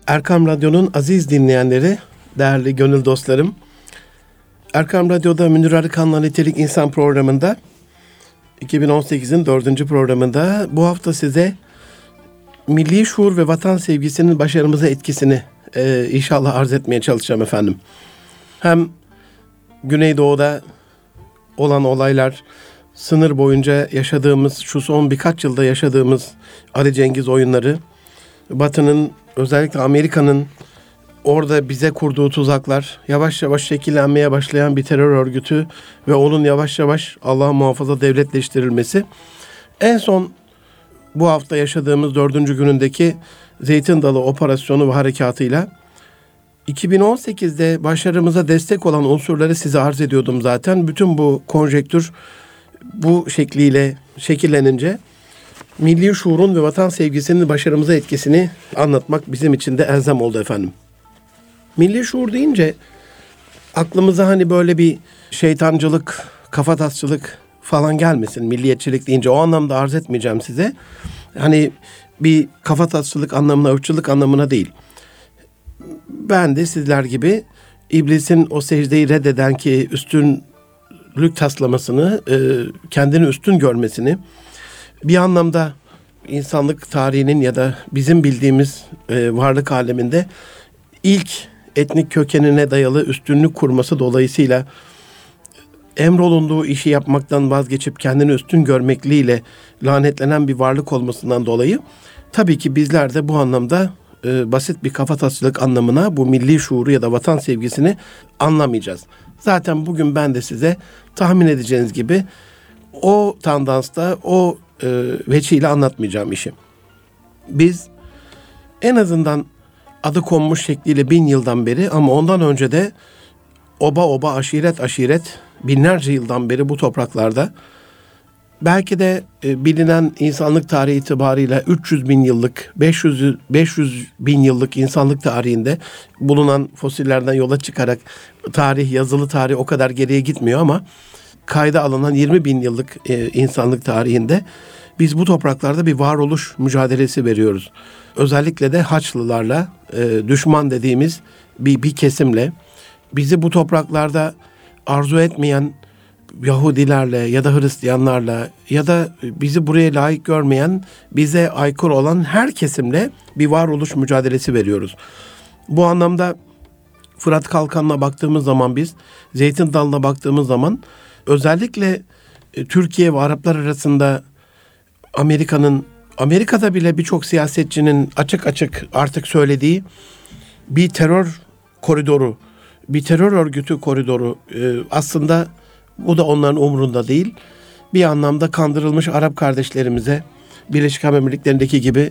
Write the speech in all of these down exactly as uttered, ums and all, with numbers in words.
Erkam Radyo'nun aziz dinleyenleri, değerli gönül dostlarım. Erkam Radyo'da Münir Arıkan'la Nitelik İnsan programında, iki bin on sekizin dördüncü programında bu hafta size milli şuur ve vatan sevgisinin başarımıza etkisini e, inşallah arz etmeye çalışacağım efendim. Hem Güneydoğu'da olan olaylar, sınır boyunca yaşadığımız, şu son birkaç yılda yaşadığımız Ali Cengiz oyunları, Batı'nın, özellikle Amerika'nın orada bize kurduğu tuzaklar, yavaş yavaş şekillenmeye başlayan bir terör örgütü ve onun yavaş yavaş Allah muhafaza devletleştirilmesi. En son bu hafta yaşadığımız dördüncü günündeki Zeytin Dalı operasyonu ve harekatıyla iki bin on sekizde başarımıza destek olan unsurları size arz ediyordum zaten. Bütün bu konjektür bu şekliyle şekillenince milli şuurun ve vatan sevgisinin başarımıza etkisini anlatmak bizim için de elzem oldu efendim. Milli şuur deyince aklımıza hani böyle bir şeytancılık, kafatasçılık falan gelmesin. Milliyetçilik deyince o anlamda arz etmeyeceğim size. Hani bir kafatasçılık anlamına, ırkçılık anlamına değil. Ben de sizler gibi iblisin o secdeyi reddeden ki üstünlük taslamasını, kendini üstün görmesini, bir anlamda insanlık tarihinin ya da bizim bildiğimiz varlık aleminde ilk etnik kökenine dayalı üstünlük kurması dolayısıyla emrolunduğu işi yapmaktan vazgeçip kendini üstün görmekliğiyle lanetlenen bir varlık olmasından dolayı tabii ki bizler de bu anlamda e, basit bir kafatasçılık anlamına bu milli şuuru ya da vatan sevgisini anlamayacağız. Zaten bugün ben de size tahmin edeceğiniz gibi o tandansta, o e, veçiyle anlatmayacağım işi. Biz en azından adı konmuş şekliyle bin yıldan beri ama ondan önce de oba oba, aşiret aşiret binlerce yıldan beri bu topraklarda belki de e, bilinen insanlık tarihi itibarıyla üç yüz bin yıllık, beş yüz, beş yüz bin yıllık insanlık tarihinde bulunan fosillerden yola çıkarak tarih, yazılı tarih o kadar geriye gitmiyor ama kayda alınan yirmi bin yıllık e, insanlık tarihinde biz bu topraklarda bir varoluş mücadelesi veriyoruz. Özellikle de Haçlılarla, e, düşman dediğimiz bir, bir kesimle, bizi bu topraklarda arzu etmeyen Yahudilerle ya da Hristiyanlarla ya da bizi buraya layık görmeyen, bize aykırı olan her kesimle bir varoluş mücadelesi veriyoruz. Bu anlamda Fırat Kalkanı'na baktığımız zaman biz, Zeytin Dalı'na baktığımız zaman özellikle e, Türkiye ve Araplar arasında Amerika'nın, Amerika'da bile birçok siyasetçinin açık açık artık söylediği bir terör koridoru, bir terör örgütü koridoru e, aslında bu da onların umurunda değil. Bir anlamda kandırılmış Arap kardeşlerimize, Birleşik Arap Emirlikleri'ndeki gibi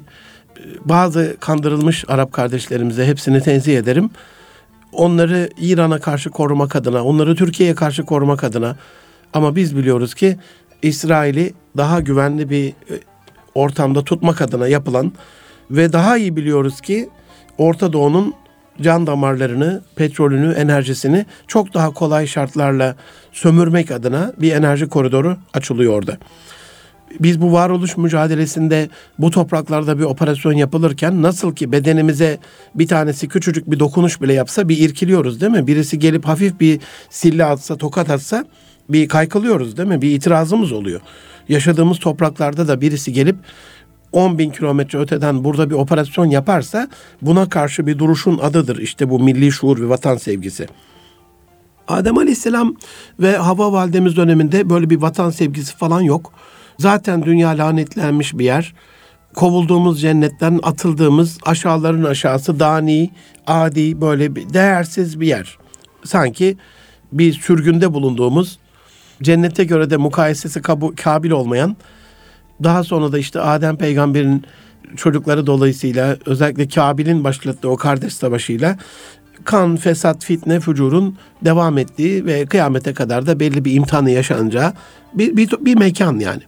bazı kandırılmış Arap kardeşlerimize hepsini tenzih ederim. Onları İran'a karşı korumak adına, onları Türkiye'ye karşı korumak adına, ama biz biliyoruz ki İsrail'i daha güvenli bir ortamda tutmak adına yapılan ve daha iyi biliyoruz ki Orta Doğu'nun can damarlarını, petrolünü, enerjisini çok daha kolay şartlarla sömürmek adına bir enerji koridoru açılıyor orada. Biz bu varoluş mücadelesinde bu topraklarda bir operasyon yapılırken nasıl ki bedenimize bir tanesi küçücük bir dokunuş bile yapsa bir irkiliyoruz değil mi? Birisi gelip hafif bir sille atsa, tokat atsa bir kaykılıyoruz değil mi? Bir itirazımız oluyor. Yaşadığımız topraklarda da birisi gelip on bin kilometre öteden burada bir operasyon yaparsa buna karşı bir duruşun adıdır. İşte bu milli şuur ve vatan sevgisi. Adem Aleyhisselam ve Havva Validemiz döneminde böyle bir vatan sevgisi falan yok. Zaten dünya lanetlenmiş bir yer. Kovulduğumuz cennetten atıldığımız aşağıların aşağısı dani, adi, böyle bir değersiz bir yer. Sanki bir sürgünde bulunduğumuz, cennete göre de mukayesesi kabul, kabil olmayan, daha sonra da işte Adem peygamberin çocukları dolayısıyla özellikle Kabil'in başlattığı o kardeş savaşıyla kan, fesat, fitne, fücurun devam ettiği ve kıyamete kadar da belli bir imtihanı yaşanacağı bir, bir, bir mekan yani.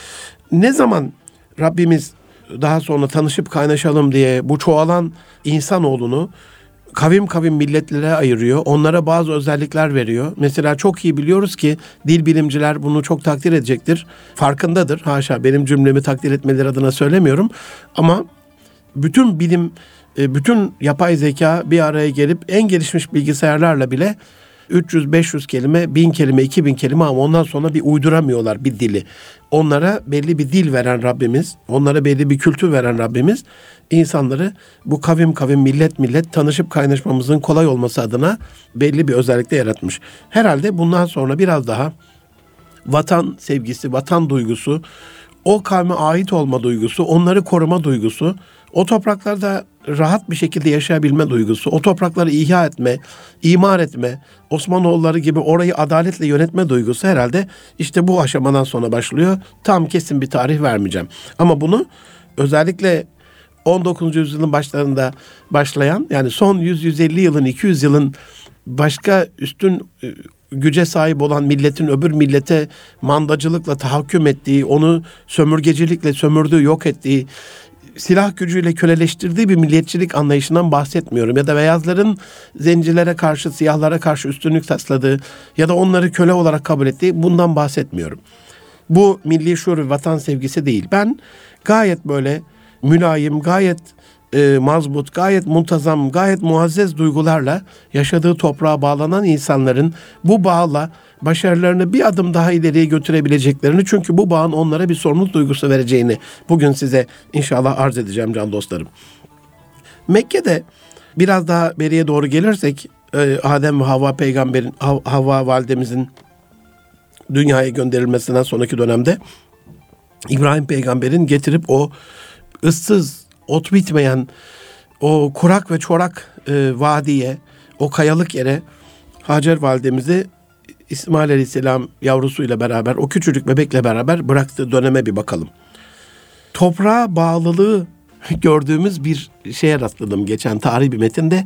Ne zaman Rabbimiz daha sonra tanışıp kaynaşalım diye bu çoğalan insanoğlunu kavim kavim milletlere ayırıyor. Onlara bazı özellikler veriyor. Mesela çok iyi biliyoruz ki dil bilimciler bunu çok takdir edecektir. Farkındadır. Haşa benim cümlemi takdir etmeleri adına söylemiyorum. Ama bütün bilim e, bütün yapay zeka bir araya gelip en gelişmiş bilgisayarlarla bile üç yüz beş yüz kelime, bin kelime, iki bin kelime ama ondan sonra bir uyduramıyorlar bir dili. Onlara belli bir dil veren Rabbimiz, onlara belli bir kültür veren Rabbimiz, insanları bu kavim kavim, millet millet tanışıp kaynaşmamızın kolay olması adına belli bir özellikle yaratmış. Herhalde bundan sonra biraz daha vatan sevgisi, vatan duygusu, o kavme ait olma duygusu, onları koruma duygusu, o topraklarda rahat bir şekilde yaşayabilme duygusu, o toprakları ihya etme, imar etme, Osmanoğulları gibi orayı adaletle yönetme duygusu herhalde işte bu aşamadan sonra başlıyor. Tam kesin bir tarih vermeyeceğim. Ama bunu özellikle on dokuzuncu yüzyılın başlarında başlayan, yani son yüz yüz elli yılın, iki yüz yılın başka üstün güce sahip olan milletin öbür millete mandacılıkla tahakküm ettiği, onu sömürgecilikle sömürdüğü, yok ettiği, silah gücüyle köleleştirdiği bir milliyetçilik anlayışından bahsetmiyorum. Ya da beyazların zencilere karşı, siyahlara karşı üstünlük tasladığı ya da onları köle olarak kabul ettiği, bundan bahsetmiyorum. Bu milli şuur ve vatan sevgisi değil. Ben gayet böyle mülayim, gayet e, mazbut, gayet muntazam, gayet muazzez duygularla yaşadığı toprağa bağlanan insanların bu bağla başarılarını bir adım daha ileriye götürebileceklerini, çünkü bu bağın onlara bir sorumluluk duygusu vereceğini bugün size inşallah arz edeceğim can dostlarım. Mekke'de biraz daha beriye doğru gelirsek, Adem ve Havva peygamberin, Havva validemizin dünyaya gönderilmesinden sonraki dönemde İbrahim peygamberin getirip o ıssız, ot bitmeyen, o kurak ve çorak e, vadiye, o kayalık yere Hacer validemizi İsmail Aleyhisselam yavrusuyla beraber, o küçücük bebekle beraber bıraktığı döneme bir bakalım. Toprağa bağlılığı gördüğümüz bir şeye rastladım geçen tarihi bir metinde.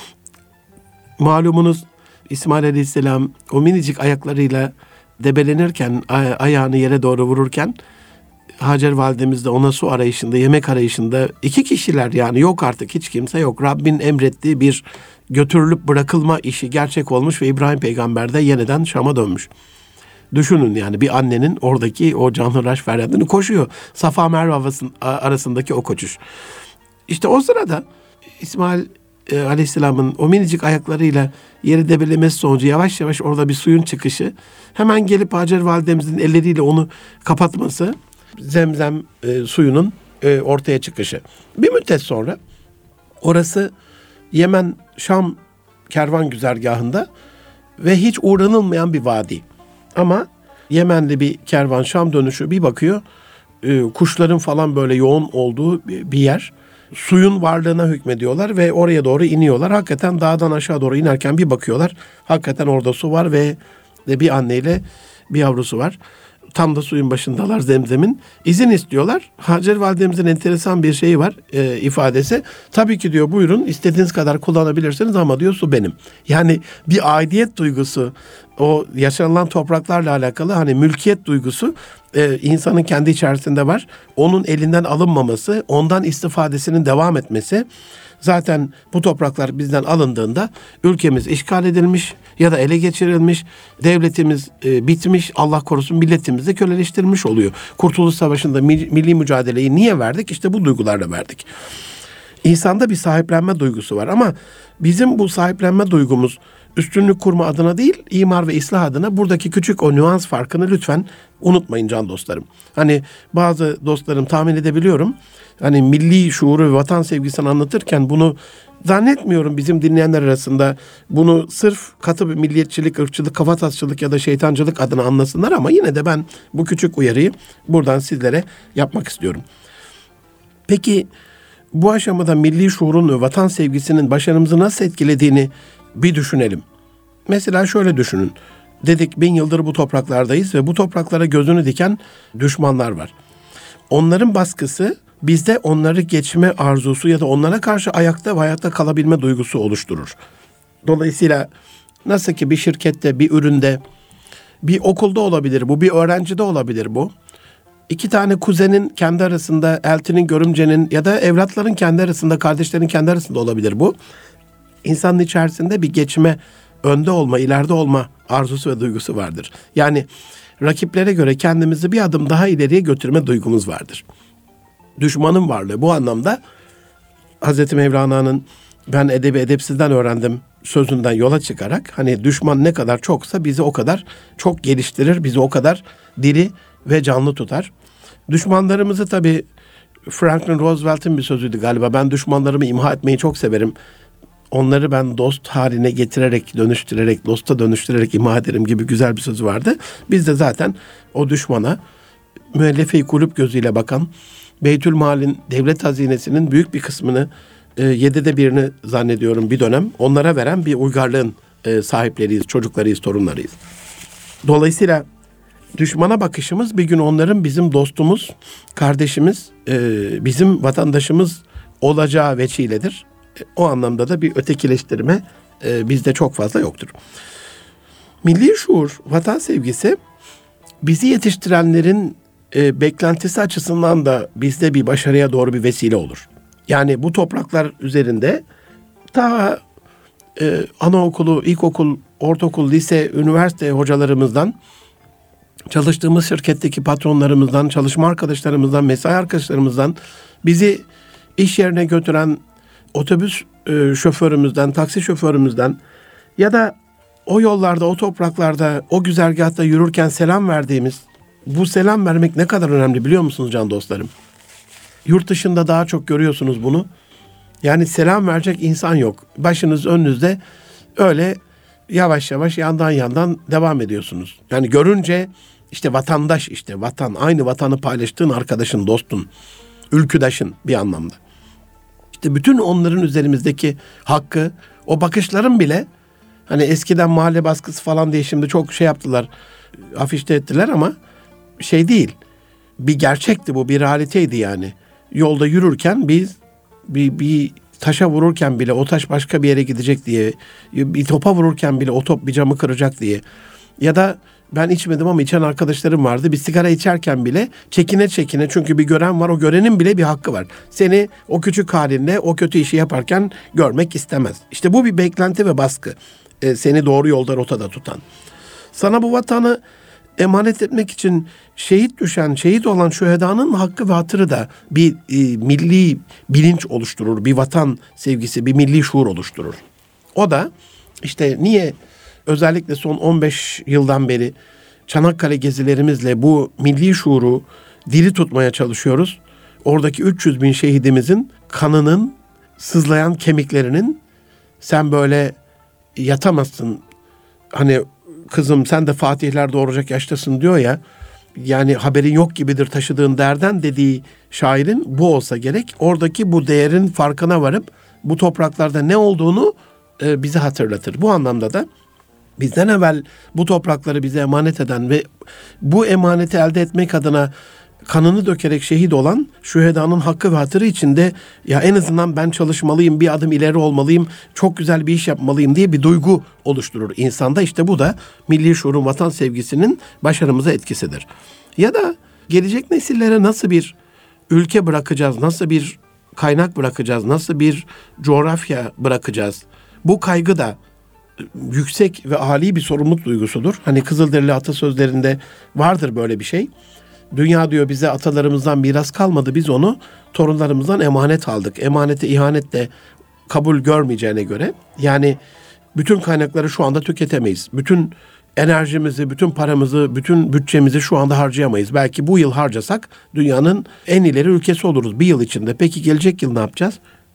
Malumunuz İsmail Aleyhisselam o minicik ayaklarıyla debelenirken, ay- ayağını yere doğru vururken, Hacer validemiz de ona su arayışında, yemek arayışında, iki kişiler, yani yok artık hiç kimse yok. Rabbin emrettiği bir götürülüp bırakılma işi gerçek olmuş ve İbrahim peygamber de yeniden Şam'a dönmüş. Düşünün yani bir annenin oradaki o canhıraş feryadını koşuyor. Safa Merve arasındaki o koşuş. İşte o sırada İsmail e, Aleyhisselam'ın o minicik ayaklarıyla yeri debelemesi sonucu yavaş yavaş orada bir suyun çıkışı, hemen gelip Hacer validemizin elleriyle onu kapatması, Zemzem e, suyunun e, ortaya çıkışı. Bir müddet sonra orası Yemen Şam kervan güzergahında ve hiç uğranılmayan bir vadi. Ama Yemenli bir kervan Şam dönüşü bir bakıyor, e, kuşların falan böyle yoğun olduğu bir yer. Suyun varlığına hükmediyorlar ve oraya doğru iniyorlar. Hakikaten dağdan aşağı doğru inerken bir bakıyorlar, hakikaten orada su var ve de bir anneyle bir yavrusu var. Tam da suyun başındalar, Zemzem'in. İzin istiyorlar. Hacer validemizin enteresan bir şeyi var, e, ifadesi. Tabii ki diyor, buyurun istediğiniz kadar kullanabilirsiniz ama diyor su benim. Yani bir aidiyet duygusu, o yaşanılan topraklarla alakalı hani mülkiyet duygusu e, insanın kendi içerisinde var. Onun elinden alınmaması, ondan istifadesinin devam etmesi. Zaten bu topraklar bizden alındığında ülkemiz işgal edilmiş ya da ele geçirilmiş, devletimiz e, bitmiş, Allah korusun milletimizi de köleleştirilmiş oluyor. Kurtuluş Savaşı'nda milli mücadeleyi niye verdik? İşte bu duygularla verdik. İnsanda bir sahiplenme duygusu var ama bizim bu sahiplenme duygumuz üstünlük kurma adına değil, imar ve ıslah adına. Buradaki küçük o nüans farkını lütfen unutmayın can dostlarım. Hani bazı dostlarım, tahmin edebiliyorum, hani milli şuuru ve vatan sevgisini anlatırken bunu zannetmiyorum bizim dinleyenler arasında bunu sırf katı bir milliyetçilik, ırkçılık, kafatasçılık ya da şeytancılık adına anlasınlar ama yine de ben bu küçük uyarıyı buradan sizlere yapmak istiyorum. Peki bu aşamada milli şuurun ve vatan sevgisinin başarımızı nasıl etkilediğini bir düşünelim. Mesela şöyle düşünün. Dedik bin yıldır bu topraklardayız ve bu topraklara gözünü diken düşmanlar var. Onların baskısı bizde onları geçme arzusu ya da onlara karşı ayakta ve hayatta kalabilme duygusu oluşturur. Dolayısıyla nasıl ki bir şirkette, bir üründe, bir okulda olabilir bu, bir öğrencide olabilir bu. İki tane kuzenin kendi arasında, eltinin, görümcenin ya da evlatların kendi arasında, kardeşlerin kendi arasında olabilir bu. İnsanın içerisinde bir geçme, önde olma, ileride olma arzusu ve duygusu vardır. Yani rakiplere göre kendimizi bir adım daha ileriye götürme duygumuz vardır. Düşmanın varlığı bu anlamda Hazreti Mevlana'nın ben edebi edepsizden öğrendim sözünden yola çıkarak hani düşman ne kadar çoksa bizi o kadar çok geliştirir, bizi o kadar diri ve canlı tutar. Düşmanlarımızı tabii Franklin Roosevelt'in bir sözüydü galiba. Ben düşmanlarımı imha etmeyi çok severim. Onları ben dost haline getirerek, dönüştürerek, dosta dönüştürerek imha ederim gibi güzel bir sözü vardı. Biz de zaten o düşmana müellefe-i kulüp gözüyle bakan, Beytülmal'in, devlet hazinesinin büyük bir kısmını, e, yedide birini zannediyorum bir dönem, onlara veren bir uygarlığın e, sahipleriyiz, çocuklarıyız, torunlarıyız. Dolayısıyla düşmana bakışımız bir gün onların bizim dostumuz, kardeşimiz, e, bizim vatandaşımız olacağı veçiledir. E, o anlamda da bir ötekileştirme e, bizde çok fazla yoktur. Milli şuur, vatan sevgisi bizi yetiştirenlerin e, beklentisi açısından da bizde bir başarıya doğru bir vesile olur. Yani bu topraklar üzerinde ta e, anaokulu, ilkokul, ortaokul, lise, üniversite hocalarımızdan, çalıştığımız şirketteki patronlarımızdan, çalışma arkadaşlarımızdan, mesai arkadaşlarımızdan, bizi iş yerine götüren otobüs e, şoförümüzden, taksi şoförümüzden ya da o yollarda, o topraklarda, o güzergahta yürürken selam verdiğimiz, bu selam vermek ne kadar önemli biliyor musunuz can dostlarım? Yurt dışında daha çok görüyorsunuz bunu. Yani selam verecek insan yok. Başınız önünüzde öyle yavaş yavaş yandan yandan devam ediyorsunuz. Yani görünce işte vatandaş, işte vatan, aynı vatanı paylaştığın arkadaşın, dostun, ülküdaşın bir anlamda. İşte bütün onların üzerimizdeki hakkı, o bakışların bile hani eskiden mahalle baskısı falan diye şimdi çok şey yaptılar, afişte ettiler ama şey değil. Bir gerçekti bu, bir realiteydi yani. Yolda yürürken biz bir, bir taşa vururken bile o taş başka bir yere gidecek diye, bir topa vururken bile o top bir camı kıracak diye ya da ben içmedim ama içen arkadaşlarım vardı. Bir sigara içerken bile çekine çekine, çünkü bir gören var, o görenin bile bir hakkı var. Seni o küçük halinle o kötü işi yaparken görmek istemez. İşte bu bir beklenti ve baskı. Ee, seni doğru yolda, rotada tutan. Sana bu vatanı emanet etmek için şehit düşen, şehit olan şühedanın hakkı ve hatırı da bir e, milli bilinç oluşturur. Bir vatan sevgisi, bir milli şuur oluşturur. O da işte niye özellikle son on beş yıldan beri Çanakkale gezilerimizle bu milli şuuru diri tutmaya çalışıyoruz. Oradaki üç yüz bin şehidimizin kanının, sızlayan kemiklerinin, sen böyle yatamazsın, hani kızım sen de fatihler doğuracak yaştasın diyor ya, yani haberin yok gibidir taşıdığın derden dediği şairin bu olsa gerek. Oradaki bu değerin farkına varıp bu topraklarda ne olduğunu e, bize hatırlatır. Bu anlamda da bizden evvel bu toprakları bize emanet eden ve bu emaneti elde etmek adına kanını dökerek şehit olan şühedanın hakkı ve hatırı içinde ya en azından ben çalışmalıyım, bir adım ileri olmalıyım, çok güzel bir iş yapmalıyım diye bir duygu oluşturur insanda. İşte bu da milli şuurun, vatan sevgisinin başarımıza etkisidir. Ya da gelecek nesillere nasıl bir ülke bırakacağız, nasıl bir kaynak bırakacağız, nasıl bir coğrafya bırakacağız? Bu kaygı da yüksek ve âli bir sorumluluk duygusudur. Hani Kızılderili atasözlerinde vardır böyle bir şey. Dünya diyor bize atalarımızdan miras kalmadı. Biz onu torunlarımızdan emanet aldık. Emanete ihanet de kabul görmeyeceğine göre. Yani bütün kaynakları şu anda tüketemeyiz. Bütün enerjimizi, bütün paramızı, bütün bütçemizi şu anda harcayamayız. Belki bu yıl harcasak dünyanın en ileri ülkesi oluruz bir yıl içinde. Peki gelecek yıl ne yapacağız?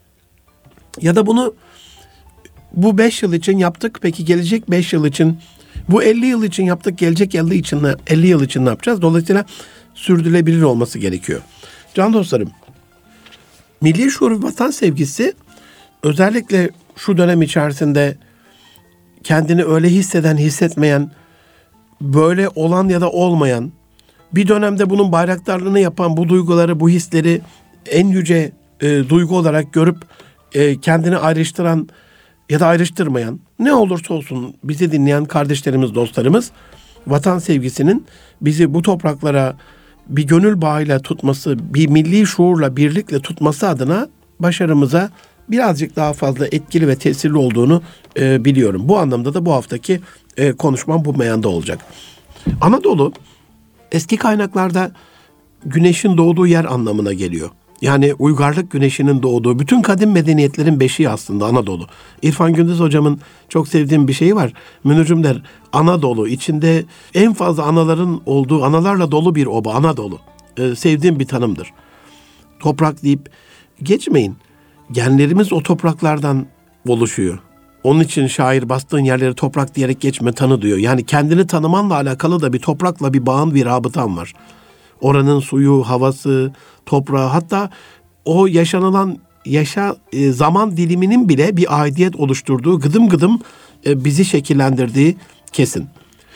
Ya da bunu bu beş yıl için yaptık. Peki gelecek beş yıl için, bu elli yıl için yaptık. Gelecek elli için, elli yıl için ne yapacağız? Dolayısıyla sürdürülebilir olması gerekiyor. Can dostlarım, milli şuur, vatan sevgisi özellikle şu dönem içerisinde kendini öyle hisseden, hissetmeyen, böyle olan ya da olmayan, bir dönemde bunun bayraktarlığını yapan, bu duyguları, bu hisleri en yüce e, duygu olarak görüp e, kendini ayrıştıran ya da ayrıştırmayan, ne olursa olsun bizi dinleyen kardeşlerimiz, dostlarımız, vatan sevgisinin bizi bu topraklara bir gönül bağıyla tutması, bir milli şuurla, birlikle tutması adına başarımıza birazcık daha fazla etkili ve tesirli olduğunu e, biliyorum. Bu anlamda da bu haftaki e, konuşmam bu meyanda olacak. Anadolu eski kaynaklarda güneşin doğduğu yer anlamına geliyor. Yani uygarlık güneşinin doğduğu, bütün kadim medeniyetlerin beşiği aslında Anadolu. İrfan Gündüz hocamın çok sevdiğim bir şeyi var. Münir'cim der, Anadolu, içinde en fazla anaların olduğu, analarla dolu bir oba, Anadolu. Ee, sevdiğim bir tanımdır. Toprak deyip geçmeyin. Genlerimiz o topraklardan oluşuyor. Onun için şair bastığın yerleri toprak diyerek geçme, tanı diyor. Yani kendini tanımanla alakalı da bir toprakla bir bağın, bir rabıtan var. Oranın suyu, havası, toprağı, hatta o yaşanılan yaşa e, zaman diliminin bile bir aidiyet oluşturduğu, gıdım gıdım e, bizi şekillendirdiği kesin.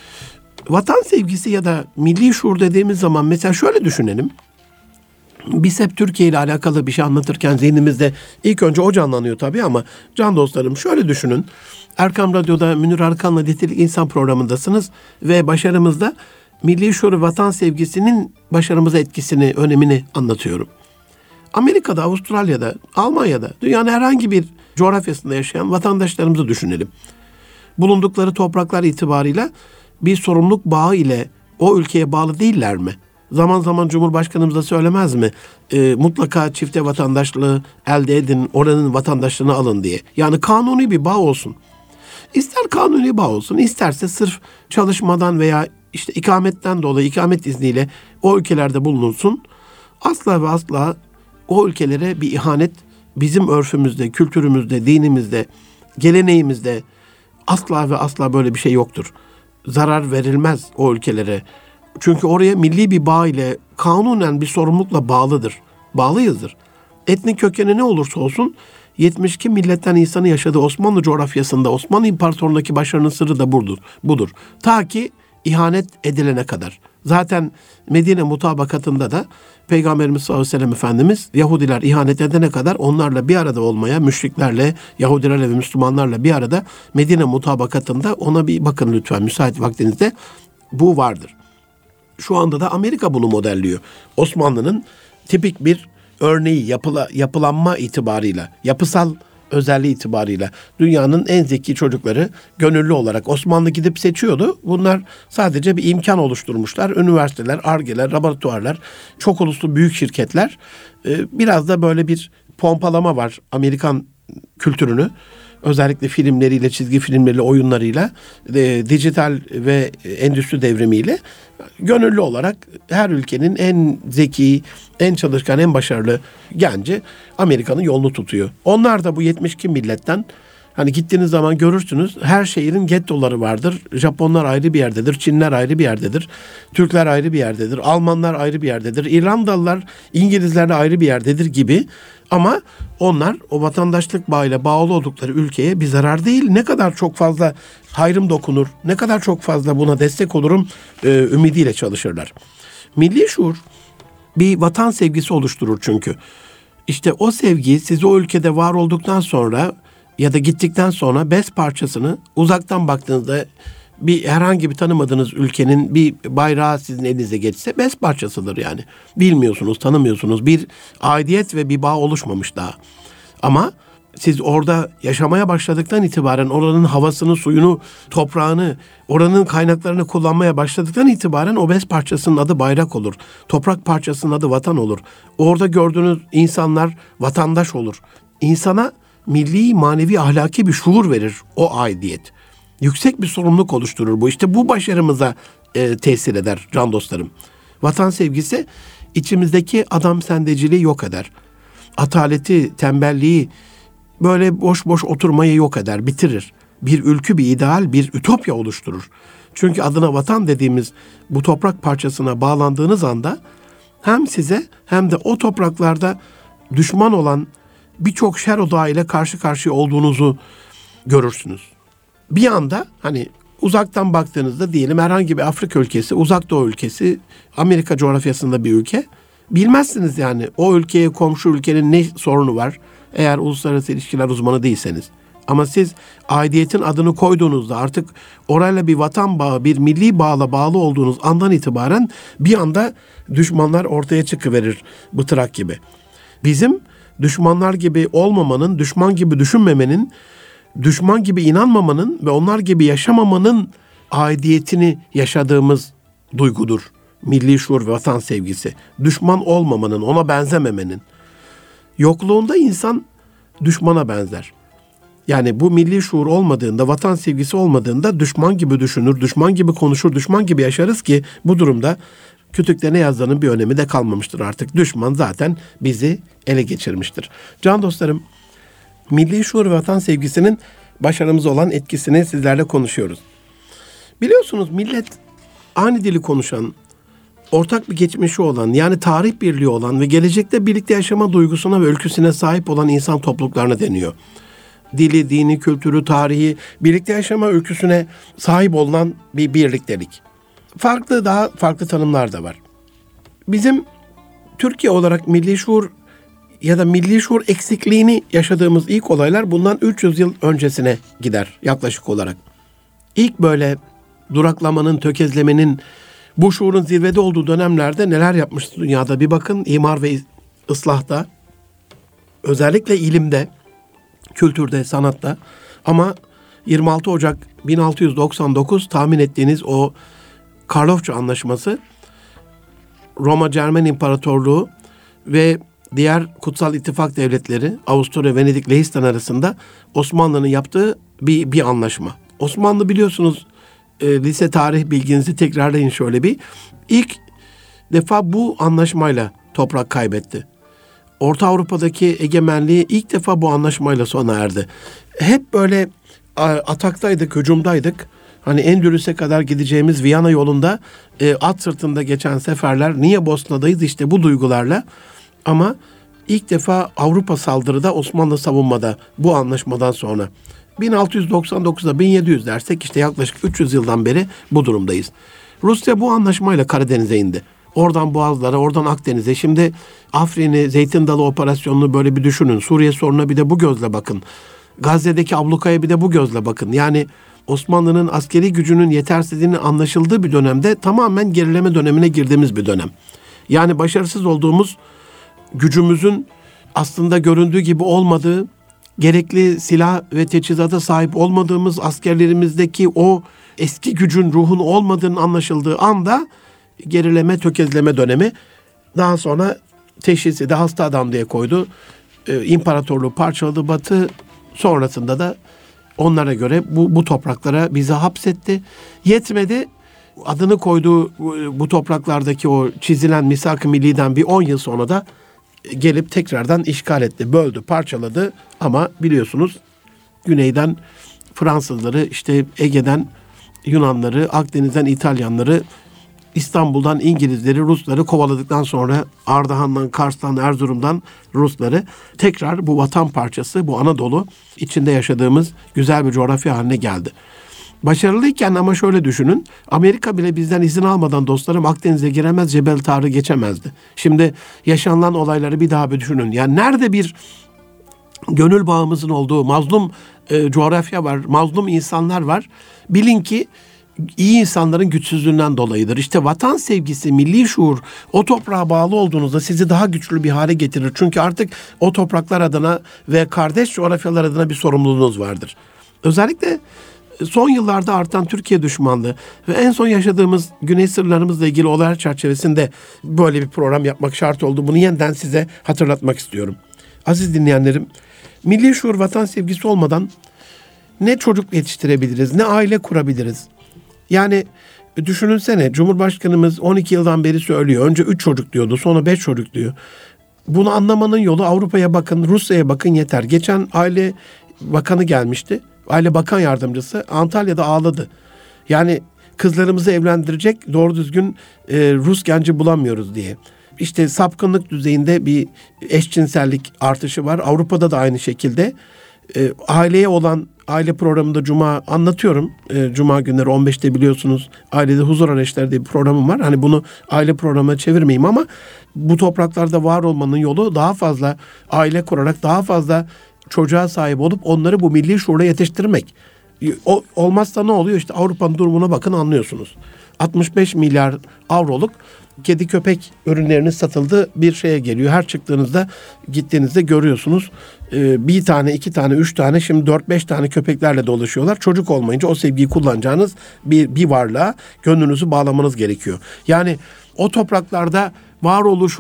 Vatan sevgisi ya da milli şuur dediğimiz zaman mesela şöyle düşünelim. Biz hep Türkiye ile alakalı bir şey anlatırken zihnimizde ilk önce o canlanıyor tabii, ama can dostlarım şöyle düşünün. Erkam Radyo'da Münir Arıkan'la Nitelik İnsan programındasınız ve başarımızda milli şuur, vatan sevgisinin başarımıza etkisini, önemini anlatıyorum. Amerika'da, Avustralya'da, Almanya'da, dünyanın herhangi bir coğrafyasında yaşayan vatandaşlarımızı düşünelim. Bulundukları topraklar itibarıyla bir sorumluluk bağı ile o ülkeye bağlı değiller mi? Zaman zaman Cumhurbaşkanımız da söylemez mi? E, mutlaka çifte vatandaşlığı elde edin, oranın vatandaşlığını alın diye. Yani kanuni bir bağ olsun. İster kanuni bağ olsun, isterse sırf çalışmadan veya işte ikametten dolayı, ikamet izniyle o ülkelerde bulunulsun. Asla ve asla o ülkelere bir ihanet bizim örfümüzde, kültürümüzde, dinimizde, geleneğimizde asla ve asla böyle bir şey yoktur. Zarar verilmez o ülkelere. Çünkü oraya milli bir bağ ile, kanunen bir sorumlulukla bağlıdır. Bağlıyızdır. Etnik kökeni ne olursa olsun yetmiş iki milletten insanı yaşadığı Osmanlı coğrafyasında Osmanlı İmparatorluğu'ndaki başarının sırrı da budur. budur. Ta ki ihanet edilene kadar. Zaten Medine mutabakatında da Peygamberimiz sallallahu aleyhi ve sellem Efendimiz Yahudiler ihanet edene kadar onlarla bir arada olmaya, müşriklerle, Yahudilerle ve Müslümanlarla bir arada Medine mutabakatında, ona bir bakın lütfen müsait vaktinizde, bu vardır. Şu anda da Amerika bunu modelliyor. Osmanlı'nın tipik bir örneği, yapıla, yapılanma itibarıyla, yapısal özelliği itibarıyla dünyanın en zeki çocukları gönüllü olarak Osmanlı gidip seçiyordu. Bunlar sadece bir imkan oluşturmuşlar. Üniversiteler, argeler, laboratuvarlar, çok uluslu büyük şirketler. Biraz da böyle bir pompalama var Amerikan kültürünü. Özellikle filmleriyle, çizgi filmleriyle, oyunlarıyla, e, dijital ve endüstri devrimiyle gönüllü olarak her ülkenin en zeki, en çalışkan, en başarılı genci Amerika'nın yolunu tutuyor. Onlar da bu yetmiş iki milletten, hani gittiğiniz zaman görürsünüz, her şehrin gettoları vardır. Japonlar ayrı bir yerdedir, Çinler ayrı bir yerdedir, Türkler ayrı bir yerdedir, Almanlar ayrı bir yerdedir, İrlandalılar, İngilizler de ayrı bir yerdedir gibi. Ama onlar o vatandaşlık bağıyla bağlı oldukları ülkeye bir zarar değil, ne kadar çok fazla hayrım dokunur, ne kadar çok fazla buna destek olurum e, ümidiyle çalışırlar. Milli şuur bir vatan sevgisi oluşturur çünkü. İşte o sevgi siz o ülkede var olduktan sonra ya da gittikten sonra bez parçasını, uzaktan baktığınızda bir herhangi bir tanımadığınız ülkenin bir bayrağı sizin elinize geçse bez parçasıdır yani. Bilmiyorsunuz, tanımıyorsunuz. Bir aidiyet ve bir bağ oluşmamış daha. Ama siz orada yaşamaya başladıktan itibaren oranın havasını, suyunu, toprağını, oranın kaynaklarını kullanmaya başladıktan itibaren o bez parçasının adı bayrak olur. Toprak parçasının adı vatan olur. Orada gördüğünüz insanlar vatandaş olur. İnsana milli, manevi, ahlaki bir şuur verir o aidiyet. Yüksek bir sorumluluk oluşturur bu. İşte bu başarımıza e, tesir eder can dostlarım. Vatan sevgisi içimizdeki adam sendeciliği yok eder. Ataleti, tembelliği, böyle boş boş oturmayı yok eder, bitirir. Bir ülkü, bir ideal, bir ütopya oluşturur. Çünkü adına vatan dediğimiz bu toprak parçasına bağlandığınız anda hem size hem de o topraklarda düşman olan birçok şer odağıyla karşı karşıya olduğunuzu görürsünüz. Bir anda hani uzaktan baktığınızda diyelim herhangi bir Afrika ülkesi, Uzak Doğu ülkesi, Amerika coğrafyasında bir ülke. Bilmezsiniz yani o ülkeye, komşu ülkenin ne sorunu var eğer uluslararası ilişkiler uzmanı değilseniz. Ama siz aidiyetin adını koyduğunuzda artık orayla bir vatan bağı, bir milli bağla bağlı olduğunuz andan itibaren bir anda düşmanlar ortaya çıkıverir bıtrak gibi. Bizim düşmanlar gibi olmamanın, düşman gibi düşünmemenin, düşman gibi inanmamanın ve onlar gibi yaşamamanın aidiyetini yaşadığımız duygudur. Milli şuur ve vatan sevgisi. Düşman olmamanın, ona benzememenin. Yokluğunda insan düşmana benzer. Yani bu milli şuur olmadığında, vatan sevgisi olmadığında düşman gibi düşünür, düşman gibi konuşur, düşman gibi yaşarız ki bu durumda kütükte ne yazdığının bir önemi de kalmamıştır artık. Düşman zaten bizi ele geçirmiştir. Can dostlarım, milli şuur ve vatan sevgisinin başarımıza olan etkisini sizlerle konuşuyoruz. Biliyorsunuz millet aynı dili konuşan, ortak bir geçmişi olan, yani tarih birliği olan ve gelecekte birlikte yaşama duygusuna ve ülküsüne sahip olan insan topluluklarına deniyor. Dili, dini, kültürü, tarihi, birlikte yaşama ülküsüne sahip olan bir birliktelik. Farklı, daha farklı tanımlar da var. Bizim Türkiye olarak milli şuur ya da milli şuur eksikliğini yaşadığımız ilk olaylar bundan üç yüz yıl öncesine gider yaklaşık olarak. İlk böyle duraklamanın, tökezlemenin, bu şuurun zirvede olduğu dönemlerde neler yapmıştı dünyada bir bakın. İmar ve ıslahta, özellikle ilimde, kültürde, sanatta. Ama yirmi altı Ocak bin altı yüz doksan dokuz tahmin ettiğiniz o Karlofça Anlaşması, Roma Cermen İmparatorluğu ve diğer kutsal ittifak devletleri, Avusturya, Venedik, Lehistan arasında Osmanlı'nın yaptığı bir, bir anlaşma. Osmanlı biliyorsunuz, e, lise tarih bilginizi tekrarlayın şöyle bir. İlk defa bu anlaşmayla toprak kaybetti. Orta Avrupa'daki egemenliği ilk defa bu anlaşmayla sona erdi. Hep böyle ataktaydık, hücumdaydık. Hani Endülüs'e kadar gideceğimiz Viyana yolunda e, at sırtında geçen seferler, niye Bosna'dayız işte bu duygularla. Ama ilk defa Avrupa saldırıda, Osmanlı savunmada bu anlaşmadan sonra. bin altı yüz doksan dokuzda bin yedi yüz dersek işte yaklaşık üç yüz yıldan beri bu durumdayız. Rusya bu anlaşmayla Karadeniz'e indi. Oradan Boğazlara, oradan Akdeniz'e. Şimdi Afrin'i, Zeytin Dalı operasyonunu böyle bir düşünün. Suriye sorununa bir de bu gözle bakın. Gazze'deki ablukaya bir de bu gözle bakın. Yani Osmanlı'nın askeri gücünün yetersizliğinin anlaşıldığı bir dönemde tamamen gerileme dönemine girdiğimiz bir dönem. Yani başarısız olduğumuz, gücümüzün aslında göründüğü gibi olmadığı, gerekli silah ve teçhizata sahip olmadığımız, askerlerimizdeki o eski gücün, ruhun olmadığının anlaşıldığı anda gerileme, tökezleme dönemi. Daha sonra teşhisi de hasta adam diye koydu. Ee, İmparatorluğu parçaladı Batı. Sonrasında da onlara göre bu, bu topraklara bizi hapsetti. Yetmedi. Adını koyduğu bu topraklardaki o çizilen misak-ı milliden bir on yıl sonra da gelip tekrardan işgal etti. Böldü, parçaladı ama biliyorsunuz güneyden Fransızları, işte Ege'den Yunanları, Akdeniz'den İtalyanları, İstanbul'dan İngilizleri, Rusları kovaladıktan sonra Ardahan'dan, Kars'tan, Erzurum'dan Rusları tekrar bu vatan parçası, bu Anadolu içinde yaşadığımız güzel bir coğrafya haline geldi. Başarılıyken ama şöyle düşünün, Amerika bile bizden izin almadan dostlarım Akdeniz'e giremez, Cebel Tarık'ı geçemezdi. Şimdi yaşanılan olayları bir daha bir düşünün. Yani nerede bir gönül bağımızın olduğu mazlum e, coğrafya var, mazlum insanlar var. Bilin ki iyi insanların güçsüzlüğünden dolayıdır. İşte vatan sevgisi, milli şuur, o toprağa bağlı olduğunuzda sizi daha güçlü bir hale getirir. Çünkü artık o topraklar adına ve kardeş coğrafyalar adına bir sorumluluğunuz vardır. Özellikle son yıllarda artan Türkiye düşmanlığı ve en son yaşadığımız Güney sırlarımızla ilgili olaylar çerçevesinde böyle bir program yapmak şart oldu. Bunu yeniden size hatırlatmak istiyorum. Aziz dinleyenlerim, milli şuur, vatan sevgisi olmadan ne çocuk yetiştirebiliriz, ne aile kurabiliriz. Yani düşününsene, Cumhurbaşkanımız on iki yıldan beri söylüyor. Önce üç çocuk diyordu, sonra beş çocuk diyor. Bunu anlamanın yolu Avrupa'ya bakın, Rusya'ya bakın yeter. Geçen Aile Bakanı gelmişti. Aile Bakan Yardımcısı Antalya'da ağladı. Yani kızlarımızı evlendirecek doğru düzgün e, Rus genci bulamıyoruz diye. İşte sapkınlık düzeyinde bir eşcinsellik artışı var. Avrupa'da da aynı şekilde. E, aileye olan aile programında Cuma anlatıyorum. E, Cuma günleri on beşte biliyorsunuz Ailede Huzur Arayışları diye bir programım var. Hani bunu aile programına çevirmeyeyim ama bu topraklarda var olmanın yolu daha fazla aile kurarak, daha fazla çocuğa sahip olup onları bu milli şuurla yetiştirmek. O, olmazsa ne oluyor? İşte Avrupa'nın durumuna bakın, anlıyorsunuz. altmış beş milyar avroluk kedi köpek ürünlerinin satıldığı bir şeye geliyor. Her çıktığınızda, gittiğinizde görüyorsunuz. Ee, bir tane, iki tane, üç tane, şimdi dört beş tane köpeklerle dolaşıyorlar. Çocuk olmayınca o sevgiyi kullanacağınız bir, bir varlığa gönlünüzü bağlamanız gerekiyor. Yani o topraklarda varoluşun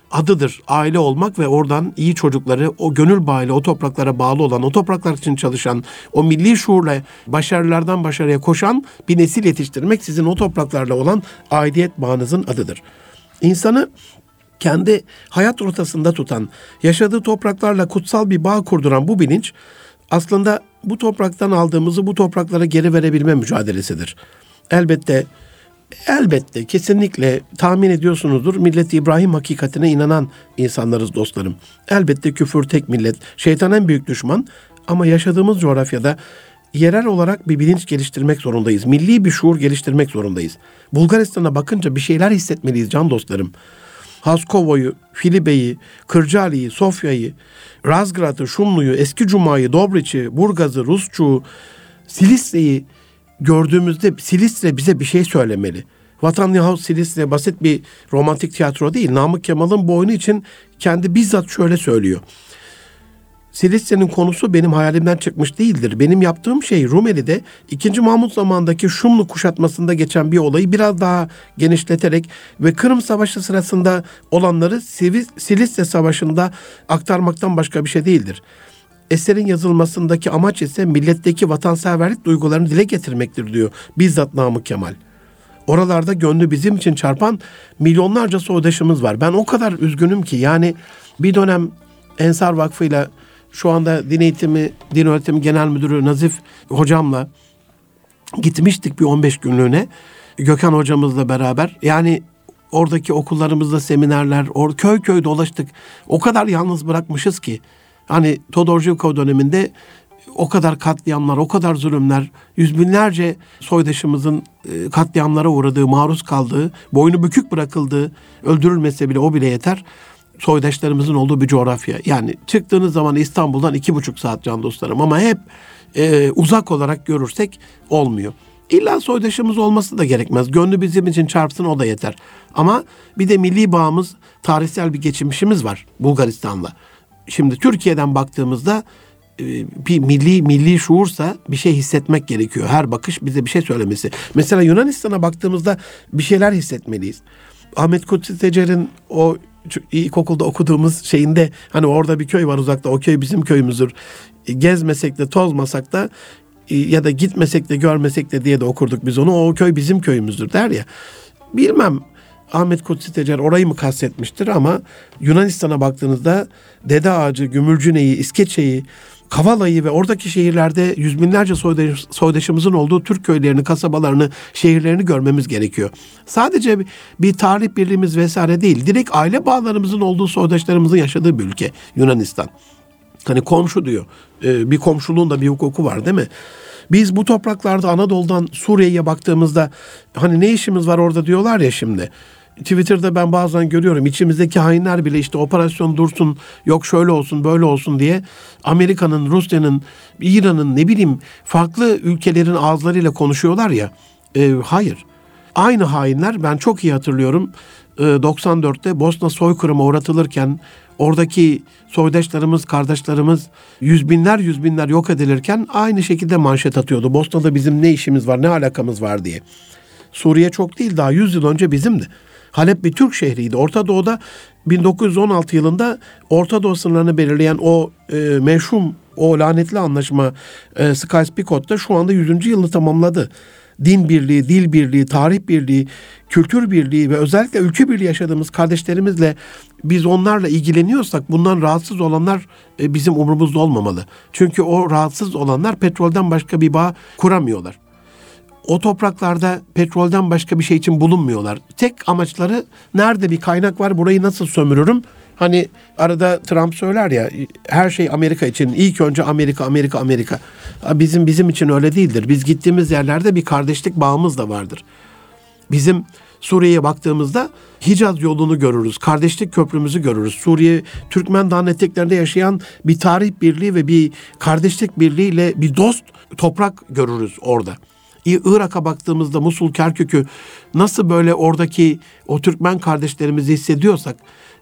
adıdır. Aile olmak ve oradan iyi çocukları, o gönül bağıyla o topraklara bağlı olan, o topraklar için çalışan, o milli şuurla başarılardan başarıya koşan bir nesil yetiştirmek sizin o topraklarla olan aidiyet bağınızın adıdır. İnsanı kendi hayat rotasında tutan, yaşadığı topraklarla kutsal bir bağ kurduran bu bilinç aslında bu topraktan aldığımızı bu topraklara geri verebilme mücadelesidir. Elbette, elbette, kesinlikle tahmin ediyorsunuzdur, millet İbrahim hakikatine inanan insanlarız dostlarım. Elbette küfür tek millet, şeytan en büyük düşman ama yaşadığımız coğrafyada yerel olarak bir bilinç geliştirmek zorundayız. Milli bir şuur geliştirmek zorundayız. Bulgaristan'a bakınca bir şeyler hissetmeliyiz can dostlarım. Haskovo'yu, Filibe'yi, Kırcaali'yi, Sofya'yı, Razgrad'ı, Şumlu'yu, Eski Cuma'yı, Dobriç'i, Burgaz'ı, Rusçu'yu, Silisre'yi gördüğümüzde Silistre bize bir şey söylemeli. Vatan yahut Silistre basit bir romantik tiyatro değil. Namık Kemal'ın bu oyunu için kendi bizzat şöyle söylüyor. Silistre'nin konusu benim hayalimden çıkmış değildir. Benim yaptığım şey Rumeli'de ikinci. Mahmut zamanındaki Şumlu kuşatmasında geçen bir olayı biraz daha genişleterek ve Kırım Savaşı sırasında olanları Silistre Savaşı'nda aktarmaktan başka bir şey değildir. Eserin yazılmasındaki amaç ise milletteki vatanseverlik duygularını dile getirmektir diyor bizzat Namık Kemal. Oralarda gönlü bizim için çarpan milyonlarca soydaşımız var. Ben o kadar üzgünüm ki yani bir dönem Ensar Vakfı'yla şu anda din eğitimi, din öğretimi genel müdürü Nazif hocamla gitmiştik bir on beş günlüğüne. Gökhan hocamızla beraber. Yani oradaki okullarımızda seminerler, or köy köy dolaştık. O kadar yalnız bırakmışız ki. Hani Todorcevko döneminde o kadar katliamlar, o kadar zulümler, yüz binlerce soydaşımızın katliamlara uğradığı, maruz kaldığı, boynu bükük bırakıldığı, öldürülmese bile o bile yeter. Soydaşlarımızın olduğu bir coğrafya. Yani çıktığınız zaman İstanbul'dan iki buçuk saat can dostlarım ama hep e, uzak olarak görürsek olmuyor. İlla soydaşımız olması da gerekmez. Gönlü bizim için çarpsın o da yeter. Ama bir de milli bağımız, tarihsel bir geçmişimiz var Bulgaristan'la. Şimdi Türkiye'den baktığımızda e, bir milli milli şuursa bir şey hissetmek gerekiyor. Her bakış bize bir şey söylemesi. Mesela Yunanistan'a baktığımızda bir şeyler hissetmeliyiz. Ahmet Kutsi Tecer'in o ilkokulda okuduğumuz şeyinde hani orada bir köy var uzakta, o köy bizim köyümüzdür. Gezmesek de tozmasak da ya da gitmesek de görmesek de diye de okurduk biz onu. O köy bizim köyümüzdür der ya. Bilmem Ahmet Kutsi Tecer orayı mı kastetmiştir ama Yunanistan'a baktığınızda Dede Ağacı, Gümülcüne'yi, İskeçe'yi, Kavala'yı ve oradaki şehirlerde yüz binlerce soydaş, soydaşımızın olduğu Türk köylerini, kasabalarını, şehirlerini görmemiz gerekiyor. Sadece bir, bir tarih birliğimiz vesaire değil, direkt aile bağlarımızın olduğu soydaşlarımızın yaşadığı bir ülke Yunanistan. Hani komşu diyor, ee, bir komşuluğun da bir hukuku var değil mi? Biz bu topraklarda Anadolu'dan Suriye'ye baktığımızda hani ne işimiz var orada diyorlar ya şimdi. Twitter'da ben bazen görüyorum içimizdeki hainler bile işte operasyon dursun, yok şöyle olsun böyle olsun diye Amerika'nın, Rusya'nın, İran'ın ne bileyim farklı ülkelerin ağızlarıyla konuşuyorlar ya. E, hayır. Aynı hainler ben çok iyi hatırlıyorum e, doksan dörtte Bosna soykırıma uğratılırken oradaki soydaşlarımız, kardeşlerimiz yüz binler yüz binler yok edilirken aynı şekilde manşet atıyordu. Bosna'da bizim ne işimiz var, ne alakamız var diye. Suriye çok değil daha yüz yıl önce bizimdi. Halep bir Türk şehriydi. Orta Doğu'da bin dokuz yüz on altı yılında Orta Doğu sınırlarını belirleyen o e, meşhum, o lanetli anlaşma e, Sykes-Picot'ta şu anda yüzüncü yılını tamamladı. Din birliği, dil birliği, tarih birliği, kültür birliği ve özellikle ülke birliği yaşadığımız kardeşlerimizle biz onlarla ilgileniyorsak bundan rahatsız olanlar e, bizim umurumuzda olmamalı. Çünkü o rahatsız olanlar petrolden başka bir bağ kuramıyorlar. O topraklarda petrolden başka bir şey için bulunmuyorlar. Tek amaçları nerede bir kaynak var burayı nasıl sömürürüm? Hani arada Trump söyler ya her şey Amerika için. İlk önce Amerika, Amerika, Amerika. Bizim bizim için öyle değildir. Biz gittiğimiz yerlerde bir kardeşlik bağımız da vardır. Bizim Suriye'ye baktığımızda Hicaz yolunu görürüz. Kardeşlik köprümüzü görürüz. Suriye, Türkmen Dağı'nın eteklerinde yaşayan bir tarih birliği ve bir kardeşlik birliğiyle bir dost toprak görürüz orada. Irak'a baktığımızda Musul, Kerkük'ü nasıl böyle oradaki o Türkmen kardeşlerimizi hissediyorsak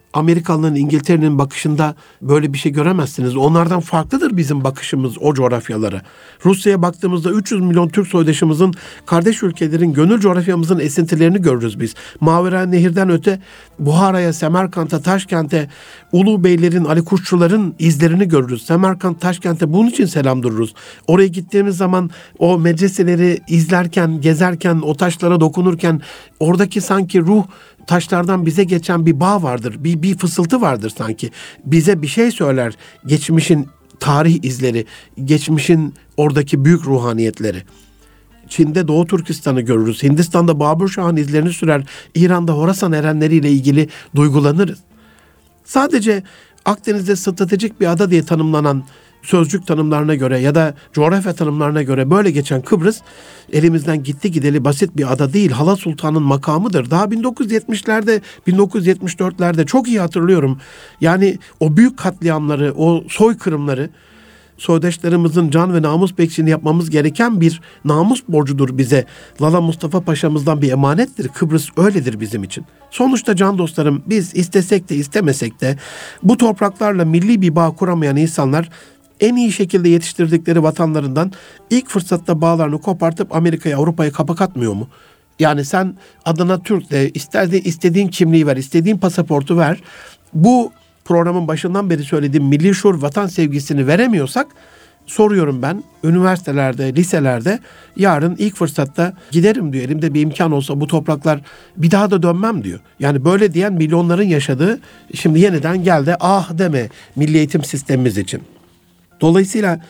Amerikalıların, İngiltere'nin bakışında böyle bir şey göremezsiniz. Onlardan farklıdır bizim bakışımız o coğrafyalara. Rusya'ya baktığımızda üç yüz milyon Türk soydaşımızın, kardeş ülkelerin, gönül coğrafyamızın esintilerini görürüz biz. Mavera Nehir'den öte Buhara'ya, Semerkant'a, Taşkent'e, Ulu Beylerin, Ali Kuşçuların izlerini görürüz. Semerkant, Taşkent'e bunun için selam dururuz. Oraya gittiğimiz zaman o medreseleri izlerken, gezerken, o taşlara dokunurken oradaki sanki ruh, taşlardan bize geçen bir bağ vardır. Bir, bir fısıltı vardır sanki. Bize bir şey söyler. Geçmişin tarih izleri, geçmişin oradaki büyük ruhaniyetleri. Çin'de Doğu Türkistan'ı görürüz. Hindistan'da Babur Şah'ın izlerini sürer. İran'da Horasan erenleriyle ilgili duygulanırız. Sadece Akdeniz'de stratejik bir ada diye tanımlanan sözcük tanımlarına göre ya da coğrafya tanımlarına göre böyle geçen Kıbrıs elimizden gitti gideli basit bir ada değil. Hala Sultan'ın makamıdır. Daha bin dokuz yüz yetmişlerde, bin dokuz yüz yetmiş dörtlerde çok iyi hatırlıyorum. Yani o büyük katliamları, o soykırımları, soydaşlarımızın can ve namus bekçiliğini yapmamız gereken bir namus borcudur bize. Lala Mustafa Paşa'mızdan bir emanettir. Kıbrıs öyledir bizim için. Sonuçta can dostlarım, biz istesek de istemesek de bu topraklarla milli bir bağ kuramayan insanlar en iyi şekilde yetiştirdikleri vatanlarından ilk fırsatta bağlarını kopartıp Amerika'ya, Avrupa'ya kapak atmıyor mu? Yani sen adına Türk de istediğin, istediğin kimliği ver, istediğin pasaportu ver. Bu programın başından beri söylediğim milli şuur, vatan sevgisini veremiyorsak soruyorum ben, üniversitelerde, liselerde yarın ilk fırsatta giderim diyor. Elimde bir imkan olsa bu topraklar bir daha da dönmem diyor. Yani böyle diyen milyonların yaşadığı, şimdi yeniden gel de ah deme milli eğitim sistemimiz için. Dolayısıyla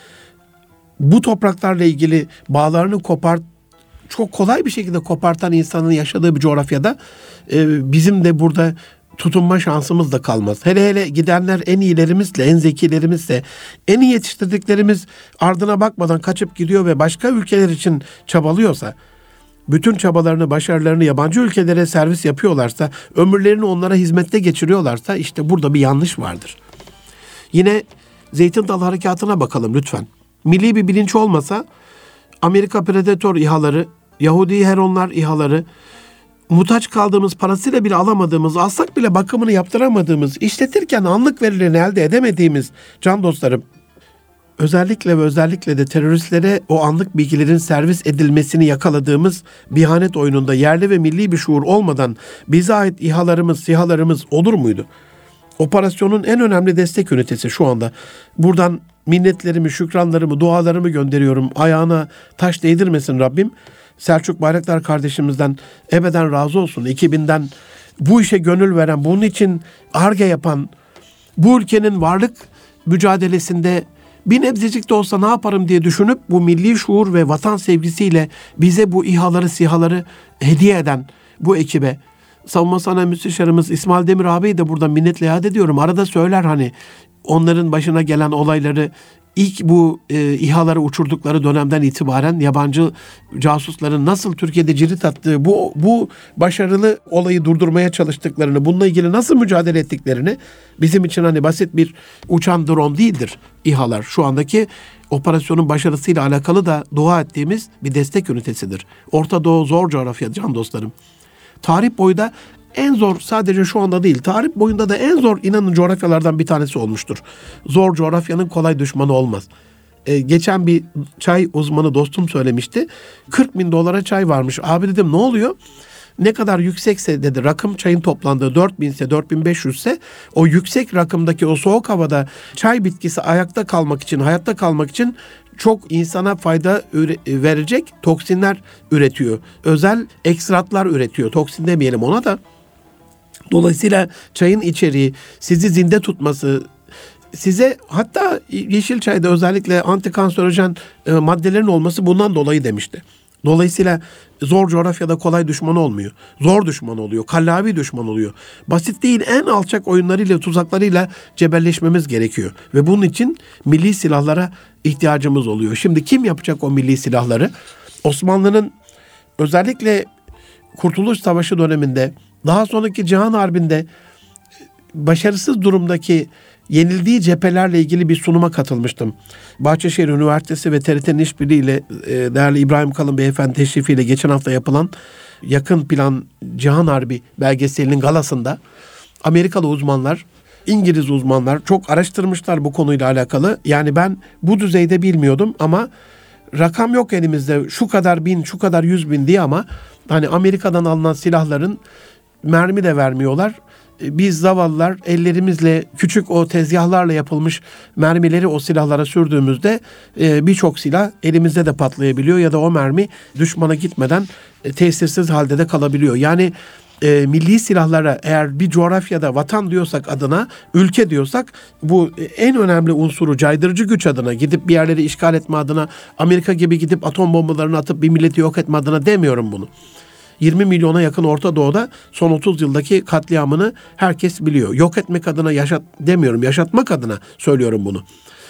bu topraklarla ilgili bağlarını kopart, çok kolay bir şekilde kopartan insanın yaşadığı bir coğrafyada e, bizim de burada tutunma şansımız da kalmaz. Hele hele gidenler en iyilerimizle, en zekilerimizle, en iyi yetiştirdiklerimiz ardına bakmadan kaçıp gidiyor ve başka ülkeler için çabalıyorsa, bütün çabalarını, başarılarını yabancı ülkelere servis yapıyorlarsa, ömürlerini onlara hizmette geçiriyorlarsa işte burada bir yanlış vardır. Yine Zeytin Dalı Harekatı'na bakalım lütfen. Milli bir bilinç olmasa Amerika Predator İHA'ları, Yahudi Heronlar İHA'ları, muhtaç kaldığımız, parasıyla bile alamadığımız, alsak bile bakımını yaptıramadığımız, işletirken anlık verilerini elde edemediğimiz can dostlarım, özellikle ve özellikle de teröristlere o anlık bilgilerin servis edilmesini yakaladığımız bir ihanet oyununda yerli ve milli bir şuur olmadan bize ait İHA'larımız, SİHA'larımız olur muydu? Operasyonun en önemli destek ünitesi şu anda. Buradan minnetlerimi, şükranlarımı, dualarımı gönderiyorum. Ayağına taş değdirmesin Rabbim. Selçuk Bayraktar kardeşimizden ebeden razı olsun. ekibinden bu işe gönül veren, bunun için Ar-Ge yapan, bu ülkenin varlık mücadelesinde bir nebzecik de olsa ne yaparım diye düşünüp bu milli şuur ve vatan sevgisiyle bize bu İHA'ları, SİHA'ları hediye eden bu ekibe, Savunma Sanayi Müsteşarımız İsmail Demir abiyi de burada minnetle yad ediyorum. Arada söyler hani onların başına gelen olayları, ilk bu e, İHA'ları uçurdukları dönemden itibaren yabancı casusların nasıl Türkiye'de cirit attığı, bu bu başarılı olayı durdurmaya çalıştıklarını, bununla ilgili nasıl mücadele ettiklerini, bizim için hani basit bir uçan drone değildir İHA'lar. Şu andaki operasyonun başarısıyla alakalı da dua ettiğimiz bir destek ünitesidir. Orta Doğu zor coğrafya can dostlarım. Tarih boyu da en zor, sadece şu anda değil, tarih boyunda da en zor inanın coğrafyalardan bir tanesi olmuştur. Zor coğrafyanın kolay düşmanı olmaz. Ee, geçen bir çay uzmanı dostum söylemişti. kırk bin dolara çay varmış. Abi dedim ne oluyor? Ne kadar yüksekse dedi rakım, çayın toplandığı dört bin ise, dört bin beş yüz ise o yüksek rakımdaki o soğuk havada çay bitkisi ayakta kalmak için, hayatta kalmak için çok insana fayda verecek toksinler üretiyor. Özel ekstratlar üretiyor. Toksin demeyelim ona da. Dolayısıyla çayın içeriği sizi zinde tutması, size hatta yeşil çayda özellikle antikanserojen e, maddelerin olması bundan dolayı demişti. Dolayısıyla zor coğrafyada kolay düşman olmuyor. Zor düşman oluyor. Kallavi düşman oluyor. Basit değil, en alçak oyunlarıyla, tuzaklarıyla cebelleşmemiz gerekiyor. Ve bunun için milli silahlara ihtiyacımız oluyor. Şimdi kim yapacak o milli silahları? Osmanlı'nın özellikle Kurtuluş Savaşı döneminde, daha sonraki Cihan Harbi'nde başarısız durumdaki yenildiği cephelerle ilgili bir sunuma katılmıştım. Bahçeşehir Üniversitesi ve T R T'nin işbirliğiyle değerli İbrahim Kalın Beyefendi teşrifiyle geçen hafta yapılan Yakın Plan Cihan Harbi belgeselinin galasında Amerikalı uzmanlar, İngiliz uzmanlar çok araştırmışlar bu konuyla alakalı. Yani ben bu düzeyde bilmiyordum ama rakam yok elimizde, şu kadar bin, şu kadar yüz bin diye, ama hani Amerika'dan alınan silahların mermi de vermiyorlar. Biz zavallılar ellerimizle küçük o tezgahlarla yapılmış mermileri o silahlara sürdüğümüzde e, birçok silah elimizde de patlayabiliyor ya da o mermi düşmana gitmeden e, tesirsiz halde de kalabiliyor. Yani e, milli silahlara eğer bir coğrafyada vatan diyorsak adına, ülke diyorsak, bu en önemli unsuru caydırıcı güç adına, gidip bir yerleri işgal etme adına, Amerika gibi gidip atom bombalarını atıp bir milleti yok etme adına demiyorum bunu. yirmi milyona yakın Orta Doğu'da son otuz yıldaki katliamını herkes biliyor. Yok etmek adına yaşat demiyorum, yaşatmak adına söylüyorum bunu.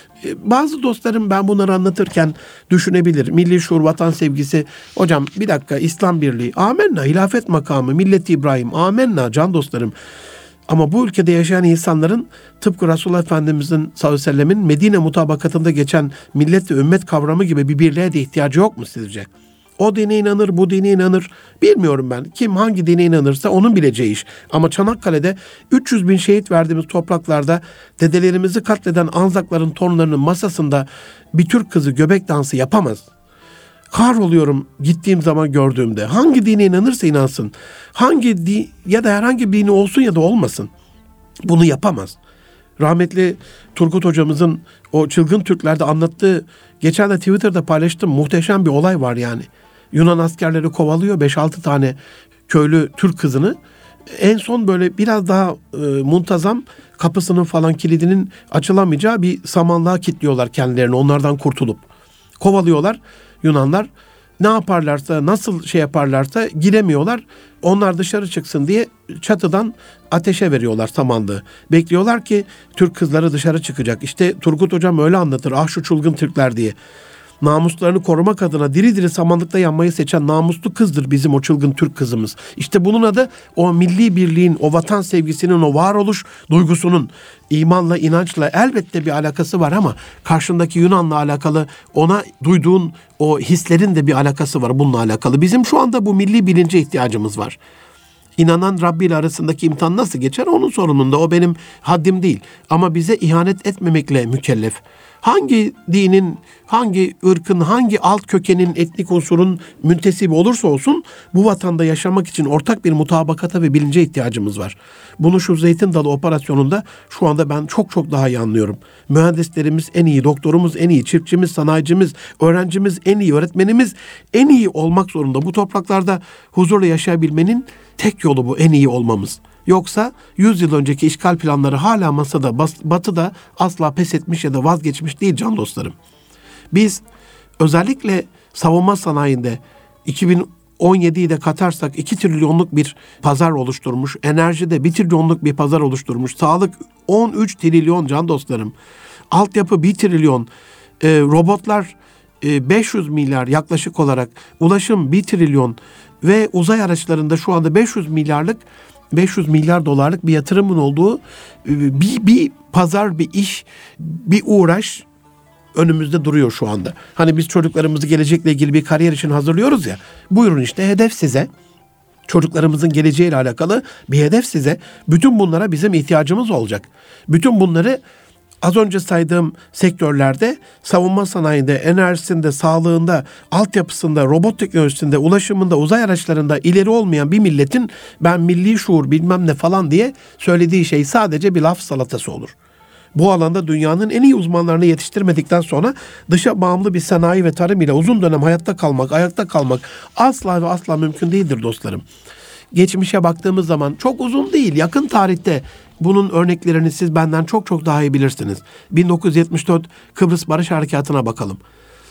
Bazı dostlarım ben bunları anlatırken düşünebilir. Milli şuur, vatan sevgisi. Hocam bir dakika, İslam birliği. Amenna, hilafet makamı, milleti İbrahim. Amenna can dostlarım. Ama bu ülkede yaşayan insanların tıpkı Resulullah Efendimizin sallallahu aleyhi ve sellemin Medine mutabakatında geçen millet ve ümmet kavramı gibi bir birliğe de ihtiyacı yok mu sizce? O dine inanır, bu dine inanır. Bilmiyorum ben. Kim hangi dine inanırsa onun bileceği iş. Ama Çanakkale'de üç yüz bin şehit verdiğimiz topraklarda dedelerimizi katleden Anzakların torunlarının masasında bir Türk kızı göbek dansı yapamaz. Kahroluyorum gittiğim zaman gördüğümde. Hangi dine inanırsa inansın. Hangi di ya da herhangi bir dini olsun ya da olmasın. Bunu yapamaz. Rahmetli Turgut hocamızın o çılgın Türklerde anlattığı, geçen de Twitter'da paylaştım, muhteşem bir olay var yani. Yunan askerleri kovalıyor beş altı tane köylü Türk kızını. En son böyle biraz daha e, muntazam, kapısının falan kilidinin açılamayacağı bir samanlığa kilitliyorlar kendilerini, onlardan kurtulup. Kovalıyorlar Yunanlar. Ne yaparlarsa, nasıl şey yaparlarsa giremiyorlar. Onlar dışarı çıksın diye çatıdan ateşe veriyorlar samanlığı. Bekliyorlar ki Türk kızları dışarı çıkacak. İşte Turgut hocam öyle anlatır. Ah şu çılgın Türkler diye. Namuslarını korumak adına diri diri samanlıkta yanmayı seçen namuslu kızdır bizim o çılgın Türk kızımız. İşte bunun adı o milli birliğin, o vatan sevgisinin, o varoluş duygusunun imanla, inançla elbette bir alakası var, ama karşındaki Yunan'la alakalı ona duyduğun o hislerin de bir alakası var bununla alakalı. Bizim şu anda bu milli bilince ihtiyacımız var. İnanan Rabbi ile arasındaki imtihan nasıl geçer? Onun sorununda. O benim haddim değil. Ama bize ihanet etmemekle mükellef. Hangi dinin, hangi ırkın, hangi alt kökenin, etnik unsurun müntesibi olursa olsun bu vatanda yaşamak için ortak bir mutabakata ve bilince ihtiyacımız var. Bunu şu Zeytin Dalı operasyonunda şu anda ben çok çok daha iyi anlıyorum. Mühendislerimiz en iyi, doktorumuz en iyi, çiftçimiz, sanayicimiz, öğrencimiz en iyi, öğretmenimiz en iyi olmak zorunda. Bu topraklarda huzurla yaşayabilmenin tek yolu bu, en iyi olmamız. Yoksa yüz yıl önceki işgal planları hala masada, Batı da asla pes etmiş ya da vazgeçmiş değil can dostlarım. Biz özellikle savunma sanayinde iki bin on yediyi de katarsak iki trilyonluk bir pazar oluşturmuş, enerjide bir trilyonluk bir pazar oluşturmuş, sağlık on üç trilyon can dostlarım, altyapı bir trilyon, e, robotlar e, beş yüz milyar yaklaşık olarak, ulaşım bir trilyon ve uzay araçlarında şu anda beş yüz milyarlık beş yüz milyar dolarlık bir yatırımın olduğu bir, bir pazar, bir iş, bir uğraş önümüzde duruyor şu anda. Hani biz çocuklarımızı gelecekle ilgili bir kariyer için hazırlıyoruz ya. Buyurun işte hedef size. Çocuklarımızın geleceğiyle alakalı bir hedef size. Bütün bunlara bizim ihtiyacımız olacak. Bütün bunları az önce saydığım sektörlerde, savunma sanayinde, enerjisinde, sağlığında, altyapısında, robot teknolojisinde, ulaşımında, uzay araçlarında ileri olmayan bir milletin ben milli şuur bilmem ne falan diye söylediği şey sadece bir laf salatası olur. Bu alanda dünyanın en iyi uzmanlarını yetiştirmedikten sonra dışa bağımlı bir sanayi ve tarım ile uzun dönem hayatta kalmak, ayakta kalmak asla ve asla mümkün değildir dostlarım. Geçmişe baktığımız zaman çok uzun değil, yakın tarihte bunun örneklerini siz benden çok çok daha iyi bilirsiniz. bin dokuz yüz yetmiş dört Kıbrıs Barış Harekatı'na bakalım.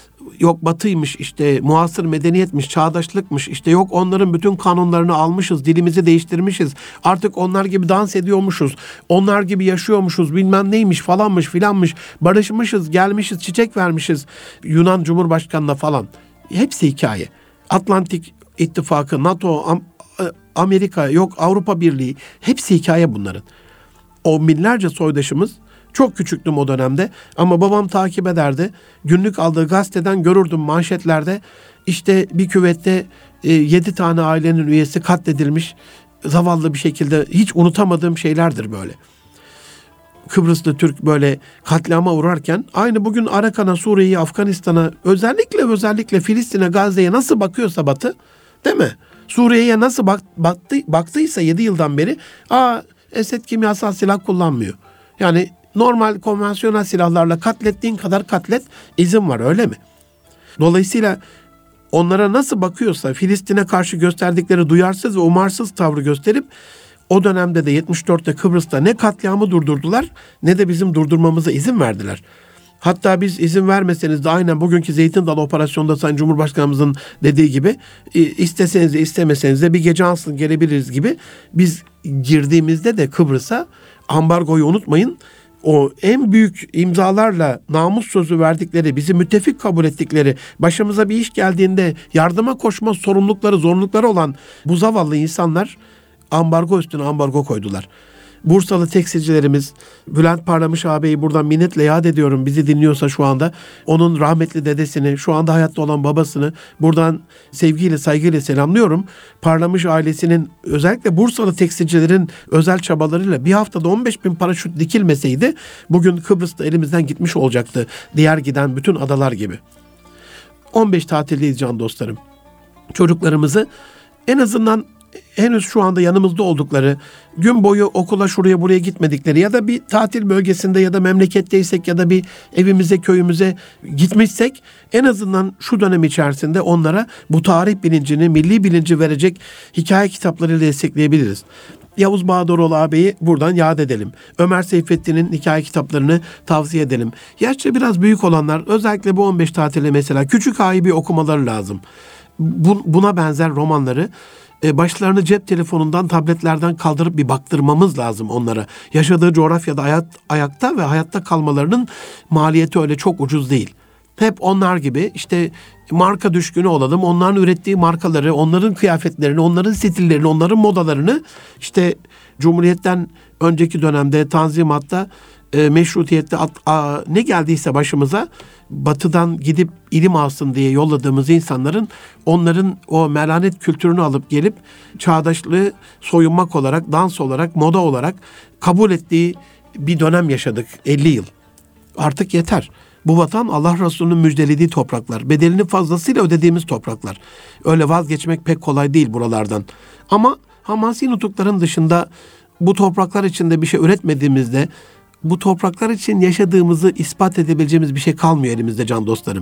Yok Batı'ymış, işte muasır medeniyetmiş, çağdaşlıkmış, işte yok onların bütün kanunlarını almışız, dilimizi değiştirmişiz, artık onlar gibi dans ediyormuşuz, onlar gibi yaşıyormuşuz, bilmem neymiş falanmış filanmış, barışmışız, gelmişiz, çiçek vermişiz Yunan Cumhurbaşkanı'na falan. Hepsi hikaye. Atlantik İttifakı, NATO, Amerika, yok Avrupa Birliği, hepsi hikaye bunların. O binlerce soydaşımız, çok küçüktüm o dönemde ama babam takip ederdi. Günlük aldığı gazeteden görürdüm manşetlerde, işte bir küvette e, yedi tane ailenin üyesi katledilmiş, zavallı bir şekilde hiç unutamadığım şeylerdir böyle. Kıbrıslı Türk böyle katliama uğrarken aynı bugün Arakan'a, Suriye'ye, Afganistan'a, özellikle özellikle Filistin'e, Gazze'ye nasıl bakıyorsa Batı, değil mi? Suriye'ye nasıl bak, baktı, baktıysa yedi yıldan beri, aa Esed kimyasal silah kullanmıyor. Yani normal konvansiyonel silahlarla katlettiğin kadar katlet, izin var, öyle mi? Dolayısıyla onlara nasıl bakıyorsa Filistin'e karşı gösterdikleri duyarsız ve umarsız tavrı gösterip o dönemde de yetmiş dörtte Kıbrıs'ta ne katliamı durdurdular ne de bizim durdurmamıza izin verdiler. Hatta biz izin vermeseniz de aynen bugünkü Zeytin Dalı operasyonda Sayın Cumhurbaşkanımızın dediği gibi isteseniz de istemeseniz de bir gece ansızın gelebiliriz gibi, biz girdiğimizde de Kıbrıs'a ambargoyu unutmayın, o en büyük imzalarla namus sözü verdikleri, bizi müttefik kabul ettikleri, başımıza bir iş geldiğinde yardıma koşma sorumlulukları, zorunlulukları olan bu zavallı insanlar ambargo üstüne ambargo koydular. Bursalı tekstilcilerimiz, Bülent Parlamış ağabeyi buradan minnetle yad ediyorum, bizi dinliyorsa şu anda. Onun rahmetli dedesini, şu anda hayatta olan babasını buradan sevgiyle, saygıyla selamlıyorum. Parlamış ailesinin, özellikle Bursalı tekstilcilerin özel çabalarıyla bir haftada on beş bin paraşüt dikilmeseydi bugün Kıbrıs'ta elimizden gitmiş olacaktı. Diğer giden bütün adalar gibi. on beş tatildeyiz can dostlarım. Çocuklarımızı en azından henüz şu anda yanımızda oldukları, gün boyu okula şuraya buraya gitmedikleri ya da bir tatil bölgesinde ya da memleketteysek ya da bir evimize, köyümüze gitmişsek, en azından şu dönem içerisinde onlara bu tarih bilincini, milli bilinci verecek hikaye kitaplarıyla destekleyebiliriz. Yavuz Bağdaroğlu ağabeyi buradan yad edelim. Ömer Seyfettin'in hikaye kitaplarını tavsiye edelim. Yaşça biraz büyük olanlar özellikle bu on beş tatile mesela Küçük Ağa'yı bir okumaları lazım. Bu, buna benzer romanları başlarını cep telefonundan, tabletlerden kaldırıp bir baktırmamız lazım onlara. Yaşadığı coğrafyada hayat, ayakta ve hayatta kalmalarının maliyeti öyle çok ucuz değil. Hep onlar gibi işte marka düşkünü olalım. Onların ürettiği markaları, onların kıyafetlerini, onların stillerini, onların modalarını işte Cumhuriyet'ten önceki dönemde, Tanzimat'ta, e, meşrutiyette at, a, ne geldiyse başımıza Batı'dan gidip ilim alsın diye yolladığımız insanların, onların o melanet kültürünü alıp gelip çağdaşlığı soyunmak olarak, dans olarak, moda olarak kabul ettiği bir dönem yaşadık elli yıl. Artık yeter. Bu vatan Allah Resulü'nün müjdelediği topraklar. Bedelini fazlasıyla ödediğimiz topraklar. Öyle vazgeçmek pek kolay değil buralardan. Ama hamasi nutukların dışında bu topraklar içinde bir şey üretmediğimizde, bu topraklar için yaşadığımızı ispat edebileceğimiz bir şey kalmıyor elimizde can dostlarım.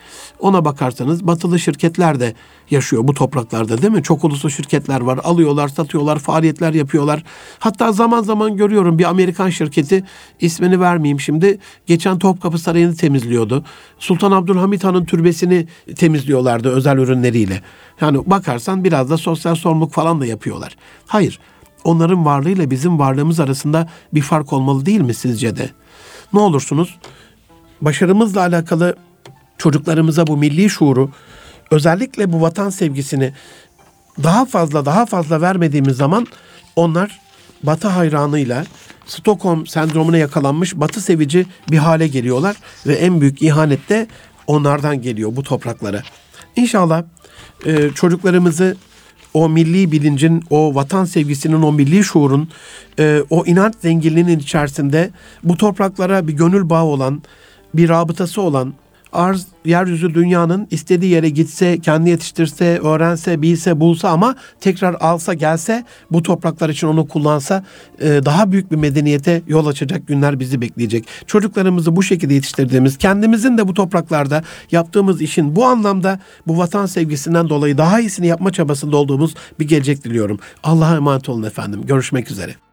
Ona bakarsanız batılı şirketler de yaşıyor bu topraklarda, değil mi? Çok uluslu şirketler var. Alıyorlar, satıyorlar, faaliyetler yapıyorlar. Hatta zaman zaman görüyorum bir Amerikan şirketi, ismini vermeyeyim şimdi, geçen Topkapı Sarayı'nı temizliyordu. Sultan Abdülhamit Han'ın türbesini temizliyorlardı özel ürünleriyle. Yani bakarsan biraz da sosyal sorumluluk falan da yapıyorlar. Hayır. Onların varlığıyla bizim varlığımız arasında bir fark olmalı değil mi sizce de? Ne olursunuz başarımızla alakalı çocuklarımıza bu milli şuuru, özellikle bu vatan sevgisini daha fazla daha fazla vermediğimiz zaman onlar Batı hayranıyla, Stockholm sendromuna yakalanmış Batı sevici bir hale geliyorlar ve en büyük ihanet de onlardan geliyor bu topraklara. İnşallah e, çocuklarımızı o milli bilincin, o vatan sevgisinin, o milli şuurun, e, o inanç zenginliğinin içerisinde bu topraklara bir gönül bağı olan, bir rabıtası olan, arz, yeryüzü dünyanın istediği yere gitse, kendi yetiştirse, öğrense, bilse, bulsa ama tekrar alsa gelse, bu topraklar için onu kullansa e, daha büyük bir medeniyete yol açacak günler bizi bekleyecek. Çocuklarımızı bu şekilde yetiştirdiğimiz, kendimizin de bu topraklarda yaptığımız işin bu anlamda bu vatan sevgisinden dolayı daha iyisini yapma çabasında olduğumuz bir gelecek diliyorum. Allah'a emanet olun efendim. Görüşmek üzere.